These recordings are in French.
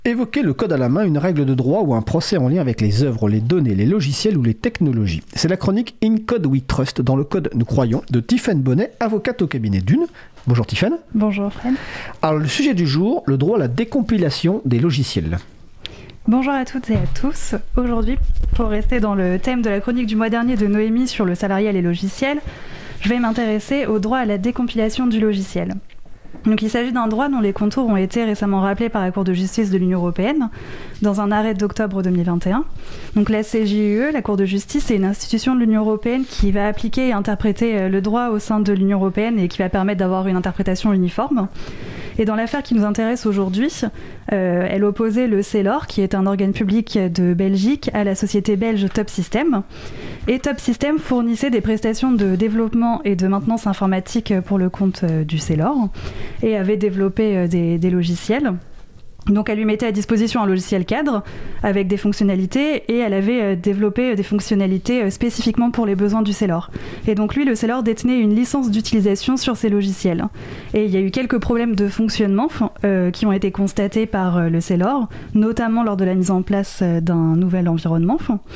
Évoquer le code à la main, une règle de droit ou un procès en lien avec les œuvres, les données, les logiciels ou les technologies. C'est la chronique In Code We Trust, dans le code nous croyons, de Tiffaine Bonnet, avocate au cabinet Dune. Bonjour Tiffaine. Bonjour Fred. Alors le sujet du jour, le droit à la décompilation des logiciels. Bonjour à toutes et à tous. Aujourd'hui, pour rester dans le thème de la chronique du mois dernier de Noémie sur le salariat et les logiciels, je vais m'intéresser au droit à la décompilation du logiciel. Donc, il s'agit d'un droit dont les contours ont été récemment rappelés par la Cour de justice de l'Union européenne dans un arrêt d'octobre 2021. Donc la CJUE, la Cour de justice, c'est une institution de l'Union européenne qui va appliquer et interpréter le droit au sein de l'Union européenne et qui va permettre d'avoir une interprétation uniforme. Et dans l'affaire qui nous intéresse aujourd'hui, elle opposait le CELOR, qui est un organe public de Belgique, à la société belge Top System. Et Top System fournissait des prestations de développement et de maintenance informatique pour le compte du CELOR et avait développé des logiciels. Donc elle lui mettait à disposition un logiciel cadre avec des fonctionnalités et elle avait développé des fonctionnalités spécifiquement pour les besoins du CELOR. Et donc lui, le CELOR détenait une licence d'utilisation sur ces logiciels. Et il y a eu quelques problèmes de fonctionnement qui ont été constatés par le CELOR, notamment lors de la mise en place d'un nouvel environnement.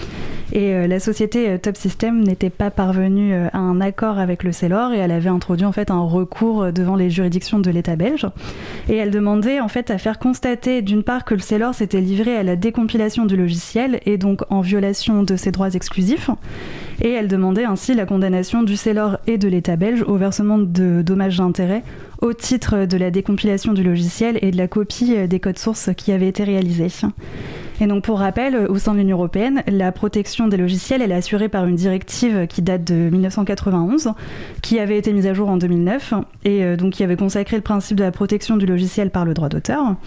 Et la société Top System n'était pas parvenue à un accord avec le CELOR et elle avait introduit en fait un recours devant les juridictions de l'État belge. Et elle demandait en fait à faire constater d'une part que le CELOR s'était livré à la décompilation du logiciel et donc en violation de ses droits exclusifs. Et elle demandait ainsi la condamnation du CELOR et de l'État belge au versement de dommages d'intérêt au titre de la décompilation du logiciel et de la copie des codes sources qui avaient été réalisés. Et donc pour rappel, au sein de l'Union européenne, la protection des logiciels elle est assurée par une directive qui date de 1991, qui avait été mise à jour en 2009 et donc qui avait consacré le principe de la protection du logiciel par le droit d'auteur.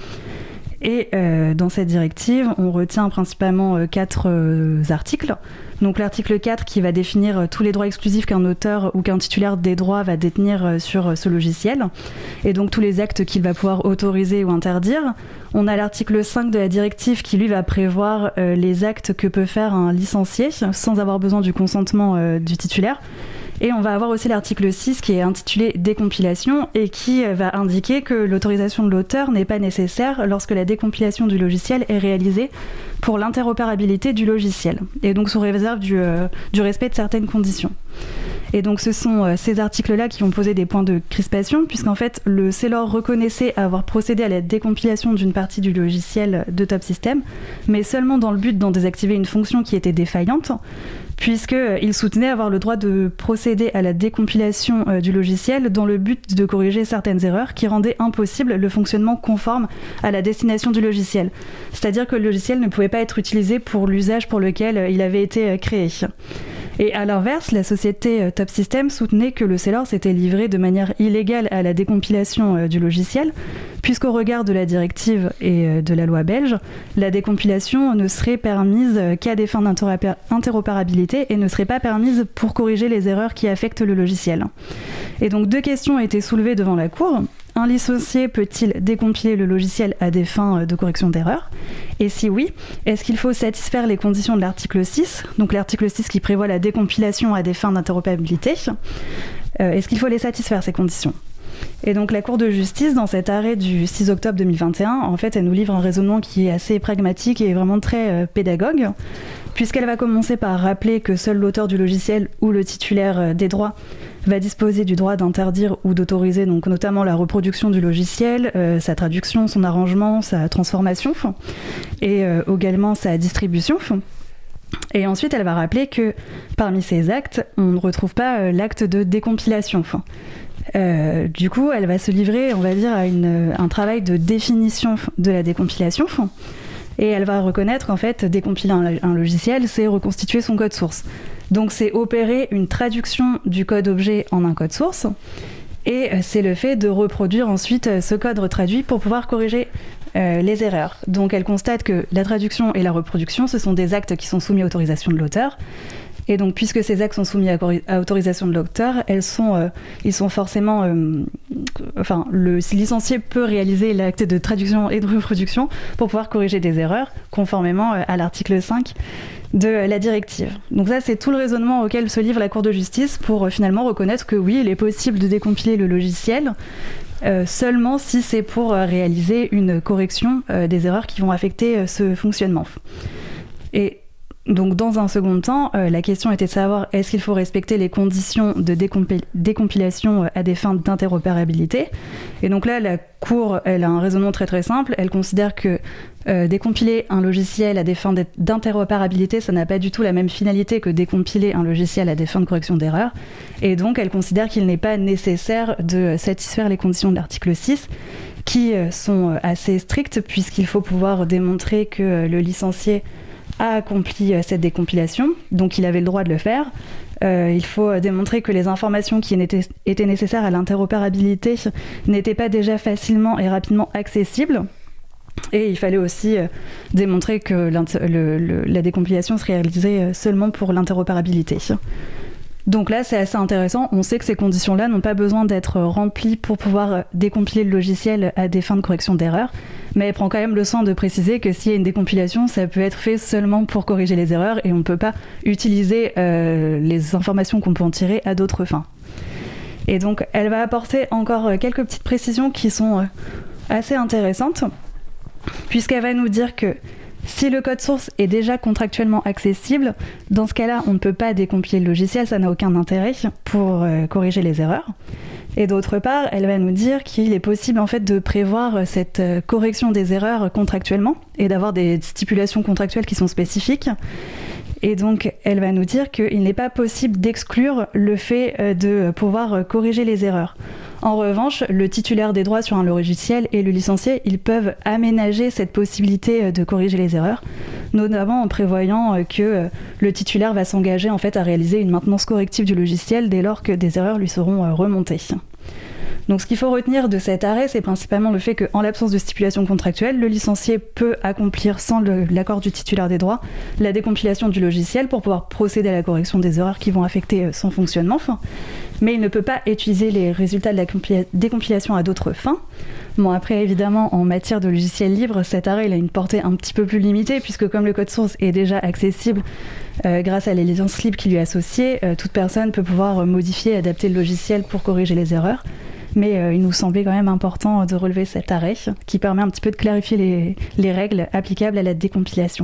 Et dans cette directive, on retient principalement 4 articles. Donc l'article 4 qui va définir tous les droits exclusifs qu'un auteur ou qu'un titulaire des droits va détenir sur ce logiciel, et donc tous les actes qu'il va pouvoir autoriser ou interdire. On a l'article 5 de la directive qui lui va prévoir les actes que peut faire un licencié sans avoir besoin du consentement du titulaire. Et on va avoir aussi l'article 6 qui est intitulé décompilation et qui va indiquer que l'autorisation de l'auteur n'est pas nécessaire lorsque la décompilation du logiciel est réalisée pour l'interopérabilité du logiciel et donc sous réserve du respect de certaines conditions. Et donc ce sont ces articles-là qui ont posé des points de crispation puisqu'en fait le CELOR reconnaissait avoir procédé à la décompilation d'une partie du logiciel de Top System, mais seulement dans le but d'en désactiver une fonction qui était défaillante, puisqu'il soutenait avoir le droit de procéder à la décompilation du logiciel dans le but de corriger certaines erreurs qui rendaient impossible le fonctionnement conforme à la destination du logiciel. C'est-à-dire que le logiciel ne pouvait pas être utilisé pour l'usage pour lequel il avait été créé. Et à l'inverse, la société Top System soutenait que le CELOR s'était livré de manière illégale à la décompilation du logiciel, puisqu'au regard de la directive et de la loi belge, la décompilation ne serait permise qu'à des fins d'interopérabilité et ne serait pas permise pour corriger les erreurs qui affectent le logiciel. Et donc 2 questions ont été soulevées devant la Cour. Un licencié peut-il décompiler le logiciel à des fins de correction d'erreurs ? Et si oui, est-ce qu'il faut satisfaire les conditions de l'article 6 ? Donc l'article 6 qui prévoit la décompilation à des fins d'interopérabilité. Est-ce qu'il faut les satisfaire, ces conditions ? Et donc la Cour de justice, dans cet arrêt du 6 octobre 2021, en fait, elle nous livre un raisonnement qui est assez pragmatique et vraiment très pédagogue, puisqu'elle va commencer par rappeler que seul l'auteur du logiciel ou le titulaire des droits va disposer du droit d'interdire ou d'autoriser donc notamment la reproduction du logiciel, sa traduction, son arrangement, sa transformation et également sa distribution. Et ensuite, elle va rappeler que parmi ces actes, on ne retrouve pas l'acte de décompilation. Du coup, elle va se livrer, on va dire, à un travail de définition de la décompilation. Et elle va reconnaître qu'en fait, décompiler un logiciel, c'est reconstituer son code source. Donc c'est opérer une traduction du code objet en un code source. Et c'est le fait de reproduire ensuite ce code retraduit pour pouvoir corriger les erreurs. Donc elle constate que la traduction et la reproduction, ce sont des actes qui sont soumis à autorisation de l'auteur. Et donc, puisque ces actes sont soumis à autorisation de l'auteur, ils sont forcément... le licencié peut réaliser l'acte de traduction et de reproduction pour pouvoir corriger des erreurs, conformément à l'article 5 de la directive. Donc ça, c'est tout le raisonnement auquel se livre la Cour de justice pour finalement reconnaître que oui, il est possible de décompiler le logiciel seulement si c'est pour réaliser une correction des erreurs qui vont affecter ce fonctionnement. Et donc dans un second temps, la question était de savoir est-ce qu'il faut respecter les conditions de décompilation à des fins d'interopérabilité. Et donc là, la Cour, elle a un raisonnement très très simple. Elle considère que décompiler un logiciel à des fins d'interopérabilité, ça n'a pas du tout la même finalité que décompiler un logiciel à des fins de correction d'erreurs. Et donc elle considère qu'il n'est pas nécessaire de satisfaire les conditions de l'article 6, qui sont assez strictes, puisqu'il faut pouvoir démontrer que le licencié a accompli cette décompilation, donc il avait le droit de le faire. Il faut démontrer que les informations qui étaient nécessaires à l'interopérabilité n'étaient pas déjà facilement et rapidement accessibles. Et il fallait aussi démontrer que la décompilation serait réalisée seulement pour l'interopérabilité. Donc là, c'est assez intéressant. On sait que ces conditions-là n'ont pas besoin d'être remplies pour pouvoir décompiler le logiciel à des fins de correction d'erreurs. Mais elle prend quand même le soin de préciser que s'il y a une décompilation, ça peut être fait seulement pour corriger les erreurs et on ne peut pas utiliser les informations qu'on peut en tirer à d'autres fins. Et donc, elle va apporter encore quelques petites précisions qui sont assez intéressantes, puisqu'elle va nous dire que si le code source est déjà contractuellement accessible, dans ce cas-là, on ne peut pas décompiler le logiciel, ça n'a aucun intérêt pour corriger les erreurs. Et d'autre part, elle va nous dire qu'il est possible en fait de prévoir cette correction des erreurs contractuellement et d'avoir des stipulations contractuelles qui sont spécifiques. Et donc, elle va nous dire qu'il n'est pas possible d'exclure le fait de pouvoir corriger les erreurs. En revanche, le titulaire des droits sur un logiciel et le licencié, ils peuvent aménager cette possibilité de corriger les erreurs, notamment en prévoyant que le titulaire va s'engager en fait à réaliser une maintenance corrective du logiciel dès lors que des erreurs lui seront remontées. Donc ce qu'il faut retenir de cet arrêt, c'est principalement le fait qu'en l'absence de stipulation contractuelle, le licencié peut accomplir sans l'accord du titulaire des droits la décompilation du logiciel pour pouvoir procéder à la correction des erreurs qui vont affecter son fonctionnement. Mais il ne peut pas utiliser les résultats de la décompilation à d'autres fins. Bon, après, évidemment, en matière de logiciel libre, cet arrêt il a une portée un petit peu plus limitée, puisque comme le code source est déjà accessible grâce à les licences libres qui lui est associée, toute personne peut pouvoir modifier et adapter le logiciel pour corriger les erreurs. Mais il nous semblait quand même important de relever cet arrêt qui permet un petit peu de clarifier les règles applicables à la décompilation.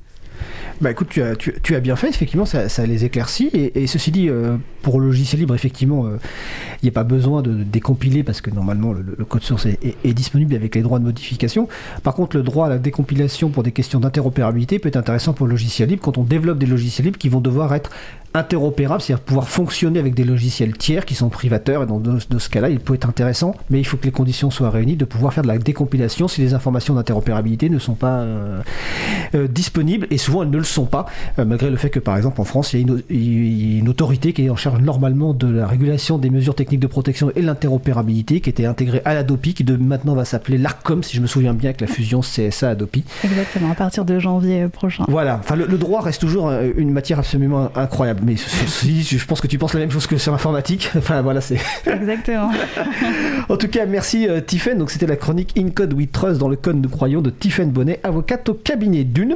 Bah écoute, tu as bien fait, effectivement, ça les éclaircit. Et ceci dit, pour le logiciel libre, effectivement, il n'y a pas besoin de décompiler parce que normalement le code source est disponible avec les droits de modification. Par contre, le droit à la décompilation pour des questions d'interopérabilité peut être intéressant pour le logiciel libre quand on développe des logiciels libres qui vont devoir être interopérables, c'est-à-dire pouvoir fonctionner avec des logiciels tiers qui sont privateurs, et donc dans ce cas-là, il peut être intéressant, mais il faut que les conditions soient réunies de pouvoir faire de la décompilation si les informations d'interopérabilité ne sont pas disponibles, et souvent elles ne le sont pas, malgré le fait que par exemple en France, il y a une autorité qui est en charge normalement de la régulation des mesures techniques de protection et l'interopérabilité, qui était intégrée à l'ADOPI, qui maintenant va s'appeler l'ARCOM, si je me souviens bien, avec la fusion CSA-ADOPI. Exactement, à partir de janvier prochain. Voilà, enfin le droit reste toujours une matière absolument incroyable. Mais je pense que tu penses la même chose que sur l'informatique. Enfin voilà, c'est. Exactement. En tout cas, merci Tiffaine. Donc c'était la chronique In Code We Trust dans le code nous croyons de Tiffaine Bonnet, avocate au cabinet Dune.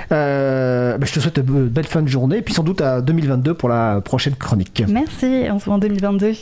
Je te souhaite une belle fin de journée et puis sans doute à 2022 pour la prochaine chronique. Merci, on se voit en 2022.